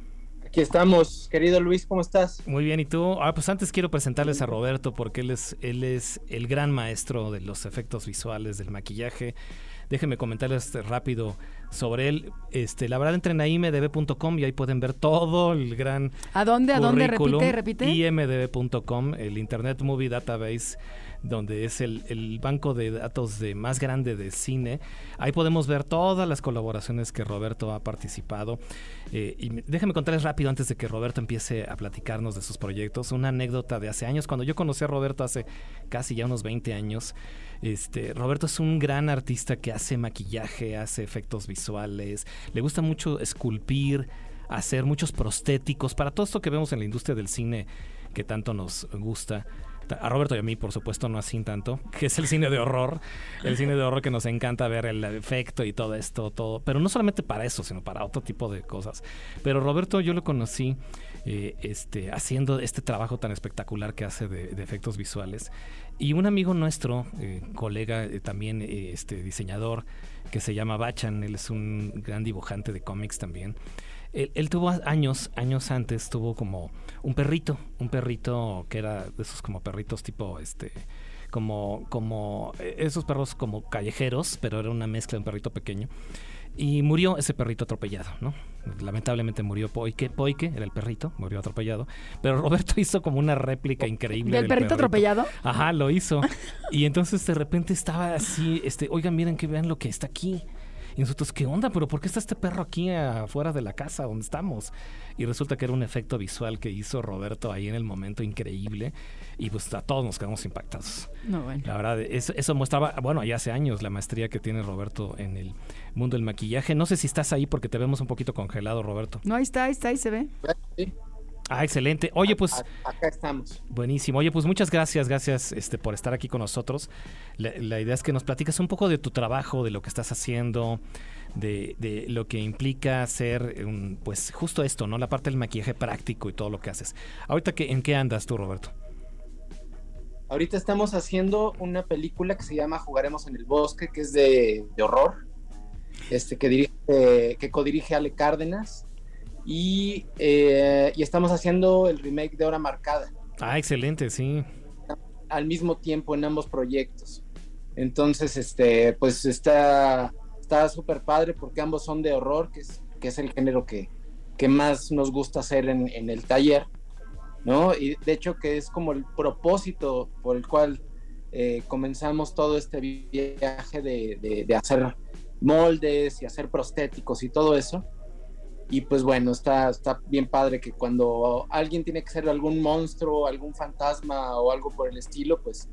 Aquí estamos, querido Luis, ¿cómo estás? Muy bien, ¿y tú? Ah, pues antes quiero presentarles a Roberto porque él es, él es el gran maestro de los efectos visuales, del maquillaje. Déjenme comentarles rápido sobre él. Este, la verdad, entren a i m d b punto com y ahí pueden ver todo el gran ¿A dónde? ¿A dónde? currículum. Repite, repite. i m d b punto com, el Internet Movie Database, donde es el, el banco de datos de más grande de cine. Ahí podemos ver todas las colaboraciones que Roberto ha participado. Eh, y me, déjenme contarles rápido, antes de que Roberto empiece a platicarnos de sus proyectos, una anécdota de hace años. Cuando yo conocí a Roberto hace casi ya unos veinte años, este, Roberto es un gran artista que hace maquillaje, hace efectos visuales, le gusta mucho esculpir, hacer muchos prostéticos, para todo esto que vemos en la industria del cine que tanto nos gusta. A Roberto y a mí, por supuesto, no así tanto, que es el cine de horror, el cine de horror que nos encanta ver el efecto y todo esto, todo, pero no solamente para eso, sino para otro tipo de cosas. Pero Roberto yo lo conocí eh, este, haciendo este trabajo tan espectacular que hace de, de efectos visuales, y un amigo nuestro, eh, colega, eh, también eh, este diseñador, que se llama Bachan, él es un gran dibujante de cómics también. Él, él tuvo años, años antes, tuvo como un perrito, un perrito que era de esos como perritos tipo, este, como, como esos perros como callejeros, pero era una mezcla de un perrito pequeño. Y murió ese perrito atropellado, ¿no? Lamentablemente murió Poike, Poike era el perrito, murió atropellado. Pero Roberto hizo como una réplica increíble ¿Del del perrito, perrito atropellado? Ajá, lo hizo. Y entonces de repente estaba así, este, oigan, miren que vean lo que está aquí. Y nosotros, ¿qué onda? ¿Pero por qué está este perro aquí afuera de la casa donde estamos? Y resulta que era un efecto visual que hizo Roberto ahí en el momento increíble. Y pues a todos nos quedamos impactados. No, bueno. La verdad, eso, eso mostraba, bueno, ya hace años la maestría que tiene Roberto en el mundo del maquillaje. No sé si estás ahí porque te vemos un poquito congelado, Roberto. No, ahí está, ahí está, ahí se ve. Sí. Ah, excelente. Oye, pues... Acá estamos. Buenísimo. Oye, pues muchas gracias, gracias este, por estar aquí con nosotros. La, la idea es que nos platicas un poco de tu trabajo, de lo que estás haciendo, de, de lo que implica ser, un, pues justo esto, ¿no? La parte del maquillaje práctico y todo lo que haces. Ahorita, que, ¿en qué andas tú, Roberto? Ahorita estamos haciendo una película que se llama Jugaremos en el Bosque, que es de, de horror, este, que, dirige, eh, que codirige Ale Cárdenas. Y, eh, y estamos haciendo el remake de Hora Marcada. Ah, excelente, sí. Al mismo tiempo en ambos proyectos. Entonces, este, pues está está súper padre porque ambos son de horror, que es, que es el género que, que más nos gusta hacer en, en el taller, ¿no? Y de hecho que es como el propósito por el cual eh, comenzamos todo este viaje de, de, de hacer moldes y hacer prostéticos y todo eso. Y pues bueno, está, está bien padre que cuando alguien tiene que ser algún monstruo, algún fantasma o algo por el estilo, pues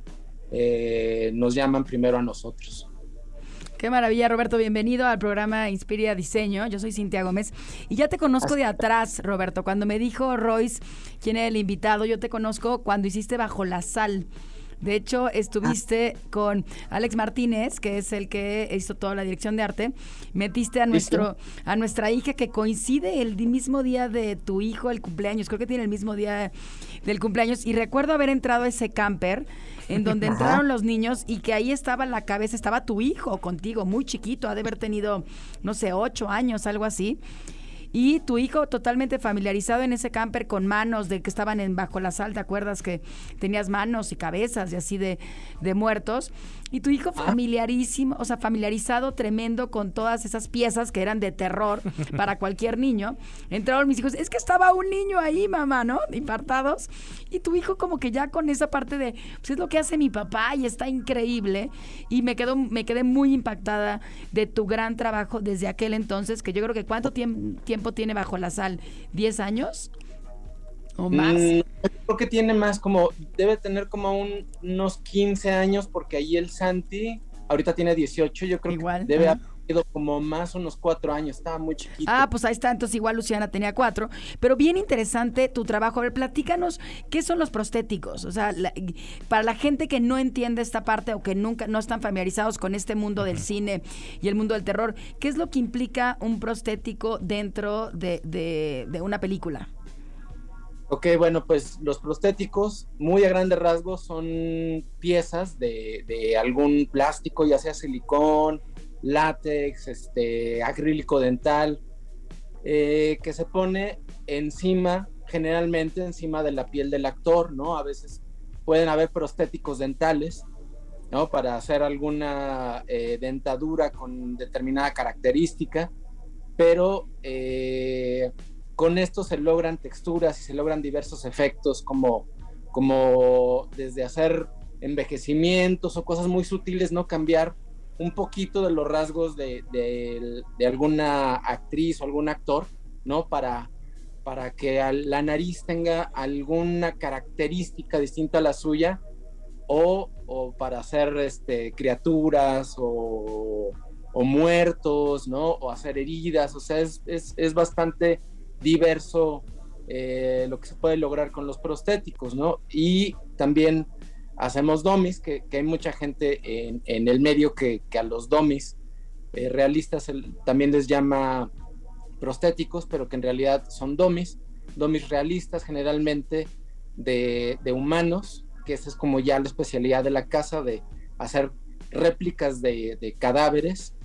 eh, nos llaman primero a nosotros. Qué maravilla, Roberto. Bienvenido al programa Inspiria Diseño. Yo soy Cintia Gómez y ya te conozco de atrás, Roberto. Cuando me dijo Royce quién era el invitado, yo te conozco cuando hiciste Bajo la Sal. De hecho, estuviste ah. con Alex Martínez, que es el que hizo toda la dirección de arte. Metiste a nuestro ¿Sí? a nuestra hija, que coincide el mismo día de tu hijo, el cumpleaños. Creo que tiene el mismo día del cumpleaños. Y recuerdo haber entrado a ese camper en donde entraron los niños y que ahí estaba la cabeza, estaba tu hijo contigo, muy chiquito, ha de haber tenido, no sé, ocho años, algo así. Y tu hijo totalmente familiarizado en ese camper con manos de que estaban en Bajo la Sal, ¿te acuerdas que tenías manos y cabezas y así de, de muertos? Y tu hijo familiarísimo, o sea, familiarizado tremendo con todas esas piezas que eran de terror para cualquier niño. Entraron mis hijos, es que estaba un niño ahí, mamá, ¿no? Infartados. Y tu hijo como que ya con esa parte de, pues es lo que hace mi papá y está increíble. Y me quedo, me quedé muy impactada de tu gran trabajo desde aquel entonces, que yo creo que ¿cuánto tiemp- tiempo tiene Bajo la Sal? ¿diez años? ¿O más? Mm, creo que tiene más, como, debe tener como un, unos quince años, porque ahí el Santi, ahorita tiene dieciocho, yo creo igual, que debe haber sido como más unos cuatro años, estaba muy chiquito. Ah, pues ahí está, entonces igual Luciana tenía cuatro, pero bien interesante tu trabajo. A ver, platícanos, ¿qué son los prostéticos? O sea, la, para la gente que no entiende esta parte o que nunca, no están familiarizados con este mundo del cine y el mundo del terror, ¿qué es lo que implica un prostético dentro de, de, de una película? Ok, bueno, pues los prostéticos, muy a grandes rasgos, son piezas de, de algún plástico, ya sea silicón, látex, este, acrílico dental, eh, que se pone encima, generalmente encima de la piel del actor, ¿no? A veces pueden haber prostéticos dentales, ¿no? Para hacer alguna eh, dentadura con determinada característica, pero eh, con esto se logran texturas y se logran diversos efectos, como, como desde hacer envejecimientos o cosas muy sutiles, ¿no? Cambiar un poquito de los rasgos de, de, de alguna actriz o algún actor, ¿no? Para, para que la nariz tenga alguna característica distinta a la suya, o, o para hacer este, criaturas o, o muertos, ¿no? O hacer heridas. O sea, es, es, es bastante diverso eh, lo que se puede lograr con los prostéticos, ¿no? Y también hacemos dummies, que, que hay mucha gente en, en el medio que, que a los dummies eh, realistas el, también les llama prostéticos, pero que en realidad son dummies, dummies realistas generalmente de, de humanos, que esa es como ya la especialidad de la casa, de hacer réplicas de, de cadáveres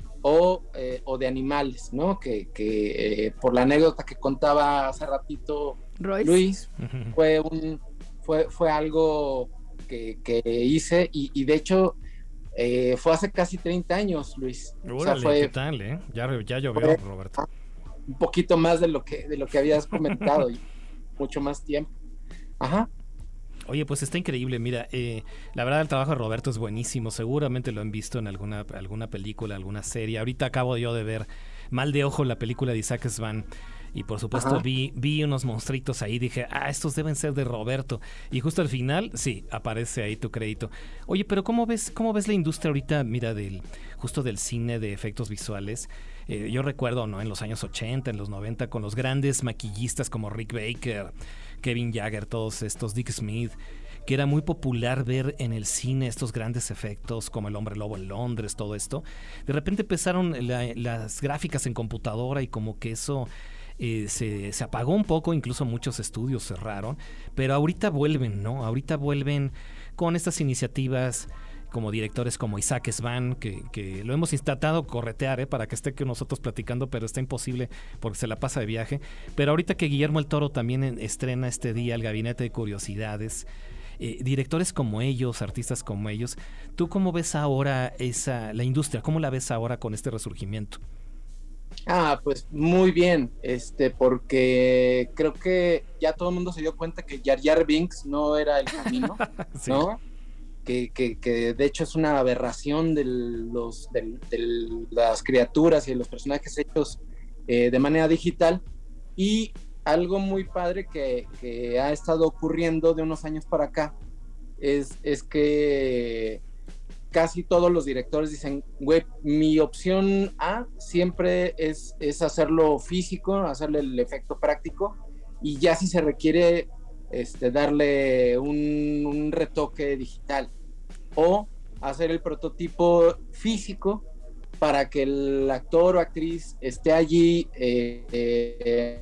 o, eh, o de animales, ¿no? Que, que eh, por la anécdota que contaba hace ratito Royce. Luis, uh-huh. fue, un, fue, fue algo que, que hice y, y de hecho eh, fue hace casi treinta años, Luis. Órale, o sea, fue, ¿qué tal, eh? Ya, ya llovió, Roberto. Un poquito más de lo que, de lo que habías comentado y mucho más tiempo. Ajá. Oye, pues está increíble, mira, eh, la verdad el trabajo de Roberto es buenísimo, seguramente lo han visto en alguna, alguna película, alguna serie. Ahorita acabo yo de ver Mal de Ojo, la película de Isaac Svan, y por supuesto vi, vi unos monstruitos ahí, dije, ah, estos deben ser de Roberto, y justo al final, sí, aparece ahí tu crédito. Oye, pero ¿cómo ves, cómo ves la industria ahorita, mira, del justo del cine de efectos visuales? Eh, yo recuerdo, ¿no? En los años ochenta, en los noventa, con los grandes maquillistas como Rick Baker, Kevin Jagger, todos estos, Dick Smith, que era muy popular ver en el cine estos grandes efectos como El Hombre Lobo en Londres, todo esto. De repente empezaron la, las gráficas en computadora y como que eso eh, se, se apagó un poco, incluso muchos estudios cerraron, pero ahorita vuelven, ¿no? Ahorita vuelven con estas iniciativas como directores como Isaac Svan, que, que lo hemos intentado corretear, ¿eh? Para que esté con nosotros platicando, pero está imposible porque se la pasa de viaje. Pero ahorita que Guillermo el Toro también en, estrena este día El Gabinete de Curiosidades, eh, directores como ellos, artistas como ellos, ¿tú cómo ves ahora esa la industria? ¿Cómo la ves ahora con este resurgimiento? Ah, pues muy bien, este, porque creo que ya todo el mundo se dio cuenta que Jar Jar Binks no era el camino, sí. ¿No? Que, que, que de hecho es una aberración de, los, de, de las criaturas y de los personajes hechos eh, de manera digital. Y algo muy padre que, que ha estado ocurriendo de unos años para acá es, es que casi todos los directores dicen, güey, mi opción A siempre es, es hacerlo físico, hacerle el efecto práctico, y ya si se requiere este, darle un, un retoque digital, o hacer el prototipo físico para que el actor o actriz esté allí eh, eh,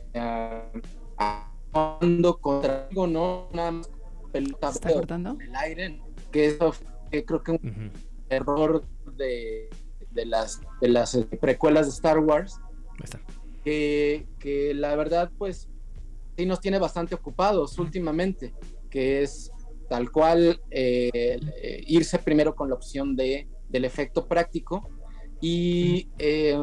actuando contra algo, ¿no? Nada más pelota en el aire, que eso eh, creo que un uh-huh. error de, de, las, de las precuelas de Star Wars, que, que la verdad pues sí nos tiene bastante ocupados últimamente, que es tal cual eh, eh, irse primero con la opción de, del efecto práctico y eh,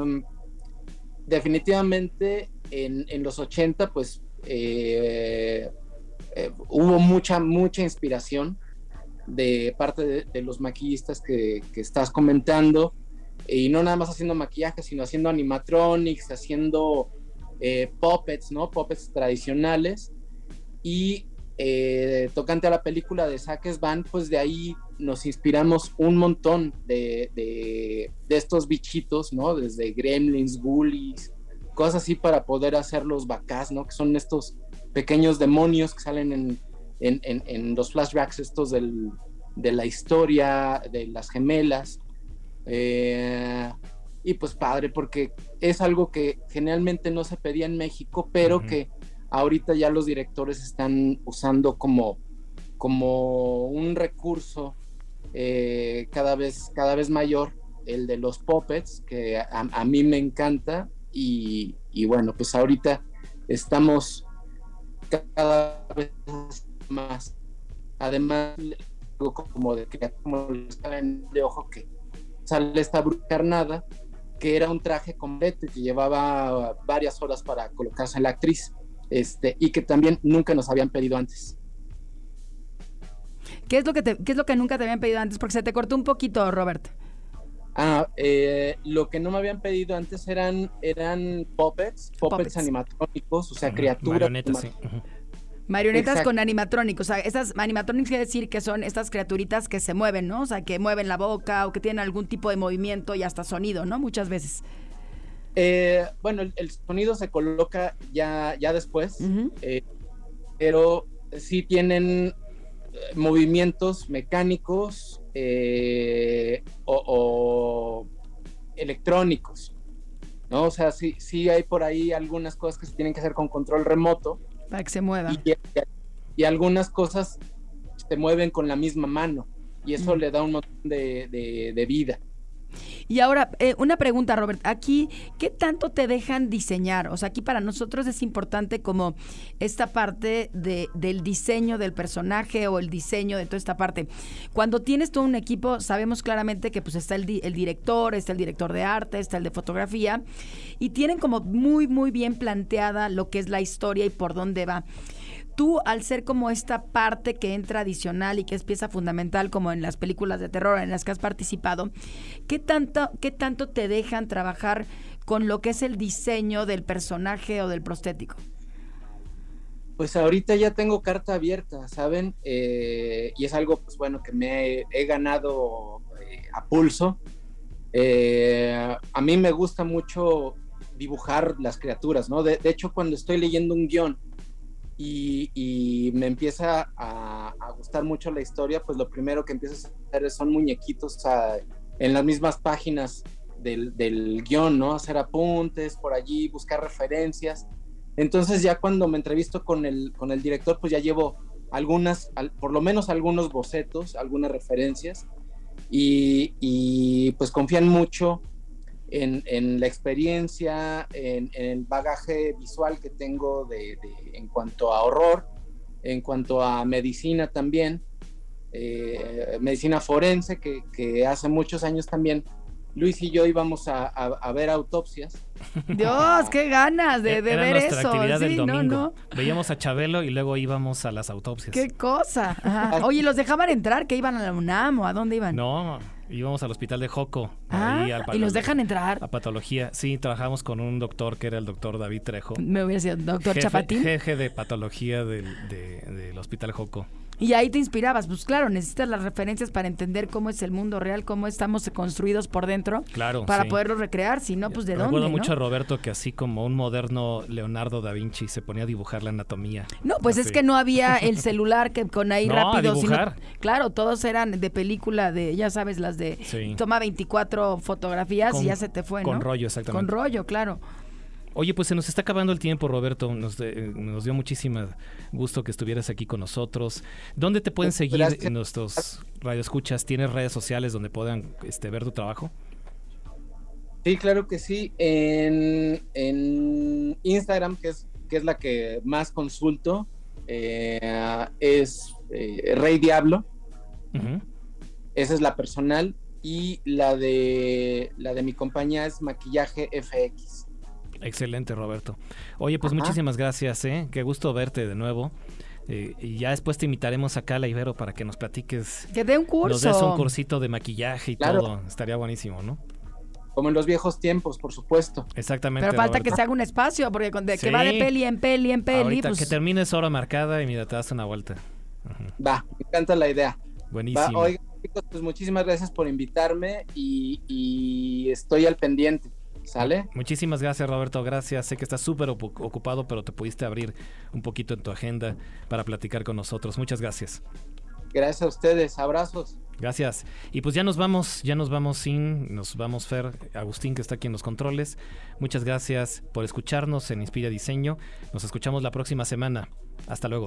definitivamente en, en los ochenta pues eh, eh, hubo mucha mucha inspiración de parte de, de los maquillistas que, que estás comentando, y no nada más haciendo maquillaje, sino haciendo animatronics, haciendo eh, puppets, ¿no? Puppets tradicionales. Y Eh, tocante a la película de Isaac Svan, pues de ahí nos inspiramos un montón de, de, de estos bichitos, ¿no? Desde Gremlins, Ghoulies, cosas así para poder hacer los bacás, ¿no? Que son estos pequeños demonios que salen en, en, en, en los flashbacks estos del, de la historia de las gemelas. Eh, y pues padre, porque es algo que generalmente no se pedía en México, pero uh-huh. que ahorita ya los directores están usando como, como un recurso eh, cada vez, cada vez mayor, el de los puppets, que a, a mí me encanta, y, y bueno, pues ahorita estamos cada vez más. Además, como de que como de ojo que sale esta bruja carnada, que era un traje completo y que llevaba varias horas para colocarse la actriz, este, y que también nunca nos habían pedido antes. ¿Qué es lo que te, qué es lo que nunca te habían pedido antes? Porque se te cortó un poquito, Robert. Ah, eh, lo que no me habían pedido antes eran, eran puppets, puppets, puppets animatrónicos, o sea, uh-huh. criaturas. Marionetas, sí. Uh-huh. Marionetas Exacto. con animatrónicos. O sea, estas animatrónicos quiere decir que son estas criaturitas que se mueven, ¿no? O sea, que mueven la boca o que tienen algún tipo de movimiento y hasta sonido, ¿no? Muchas veces. Eh, bueno, el, el sonido se coloca ya, ya después, uh-huh. eh, pero sí tienen movimientos mecánicos eh, o, o electrónicos, ¿no? O sea, sí, sí hay por ahí algunas cosas que se tienen que hacer con control remoto. Para que se mueva. Y, y, y algunas cosas se mueven con la misma mano y eso mm. le da un montón de, de, de vida. Y ahora, eh, una pregunta, Robert, aquí, ¿qué tanto te dejan diseñar? O sea, aquí para nosotros es importante como esta parte de, del diseño del personaje o el diseño de toda esta parte. Cuando tienes todo un equipo, sabemos claramente que pues está el, di- el director, está el director de arte, está el de fotografía, y tienen como muy, muy bien planteada lo que es la historia y por dónde va. Tú, al ser como esta parte que entra adicional y que es pieza fundamental como en las películas de terror en las que has participado, ¿qué tanto, qué tanto te dejan trabajar con lo que es el diseño del personaje o del prostético? Pues ahorita ya tengo carta abierta, ¿saben? Eh, y es algo, pues bueno, que me he, he ganado eh, a pulso. Eh, a mí me gusta mucho dibujar las criaturas, ¿no? De, de hecho, cuando estoy leyendo un guión, Y, y me empieza a, a gustar mucho la historia, pues lo primero que empiezo a hacer son muñequitos, o sea, en las mismas páginas del, del guión, ¿no? Hacer apuntes por allí, buscar referencias. Entonces ya cuando me entrevisto con el, con el director, pues ya llevo algunas, al, por lo menos algunos bocetos, algunas referencias, y, y pues confían mucho En, en la experiencia, en, en el bagaje visual que tengo de, de, en cuanto a horror, en cuanto a medicina también, eh, medicina forense, que, que hace muchos años también Luis y yo íbamos a, a, a ver autopsias. Dios, qué ganas de, de Era ver nuestra eso. actividad Sí, del domingo. no, no. Veíamos a Chabelo y luego íbamos a las autopsias. Qué cosa. Ajá. Oye, ¿los dejaban entrar? ¿Que iban a la UNAM o a dónde iban? No, íbamos al hospital de Joco. Ah, ahí al, ¿y los dejan entrar? A patología. Sí, trabajamos con un doctor que era el doctor David Trejo. Me hubiera sido doctor jefe, Chapatín. Jefe de patología del, de, del hospital Joco. Y ahí te inspirabas. Pues claro, necesitas las referencias para entender cómo es el mundo real, cómo estamos construidos por dentro. Claro, para sí. poderlo recrear. Si no, pues de Recuerdo dónde, mucho ¿no? a Roberto que así como un moderno Leonardo da Vinci se ponía a dibujar la anatomía. No, pues así. Es que no había el celular que con ahí No, rápido. a dibujar. Sino, claro, todos eran de película, de ya sabes, las de Sí. toma veinticuatro fotografías Con- y ya se te fue, ¿no? con rollo, exactamente. Con rollo, claro. Oye, pues se nos está acabando el tiempo, Roberto. Nos, de- nos dio muchísimo gusto que estuvieras aquí con nosotros. ¿Dónde te pueden seguir Gracias. en nuestros radioescuchas? ¿Tienes redes sociales donde puedan este, ver tu trabajo? Sí, claro que sí. En, en Instagram, que es, que es la que más consulto, eh, es eh, Rey Diablo. Uh-huh. Esa es la personal. Y la de la de mi compañía es Maquillaje F X. Excelente, Roberto. Oye, pues Ajá. muchísimas gracias, ¿eh? Qué gusto verte de nuevo. Eh, y ya después te invitaremos acá a la Ibero para que nos platiques. Que dé un curso. Nos des un cursito de maquillaje y Claro. todo. Estaría buenísimo, ¿no? Como en los viejos tiempos, por supuesto. Exactamente. Pero falta Roberto. que se haga un espacio, porque con- de, Sí. que va de peli en peli en peli, Ahorita pues que termines hora marcada y mira, te das una vuelta. Ujú. Va, me encanta la idea. Buenísimo. Va, oigan, chicos, pues muchísimas gracias por invitarme y, y estoy al pendiente. ¿Sale? Muchísimas gracias, Roberto. Gracias. Sé que estás súper opu- ocupado, pero te pudiste abrir un poquito en tu agenda para platicar con nosotros. Muchas gracias. Gracias a ustedes. Abrazos. Gracias. Y pues ya nos vamos, ya nos vamos sin, nos vamos Fer, Agustín que está aquí en los controles. Muchas gracias por escucharnos en Inspira Diseño. Nos escuchamos la próxima semana. Hasta luego.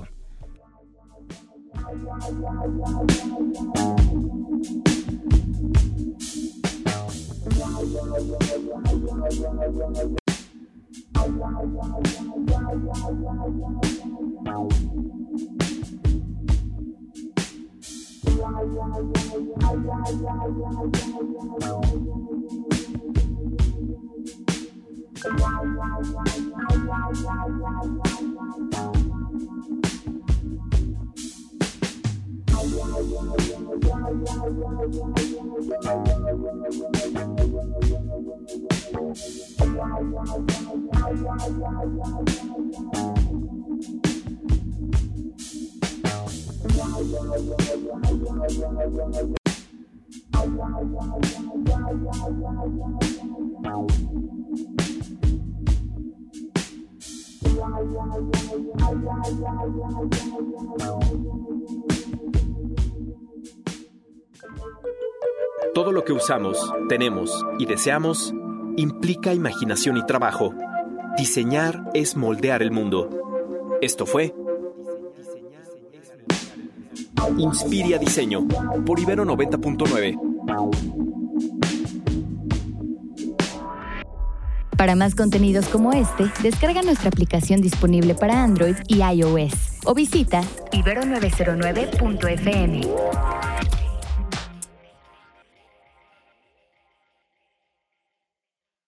Todo lo que usamos, tenemos y deseamos implica imaginación y trabajo. Diseñar es moldear el mundo. Esto fue Inspiria Diseño por Ibero noventa punto nueve. Para más contenidos como este, descarga nuestra aplicación disponible para Android y iOS o visita ibero novecientos nueve punto efe eme.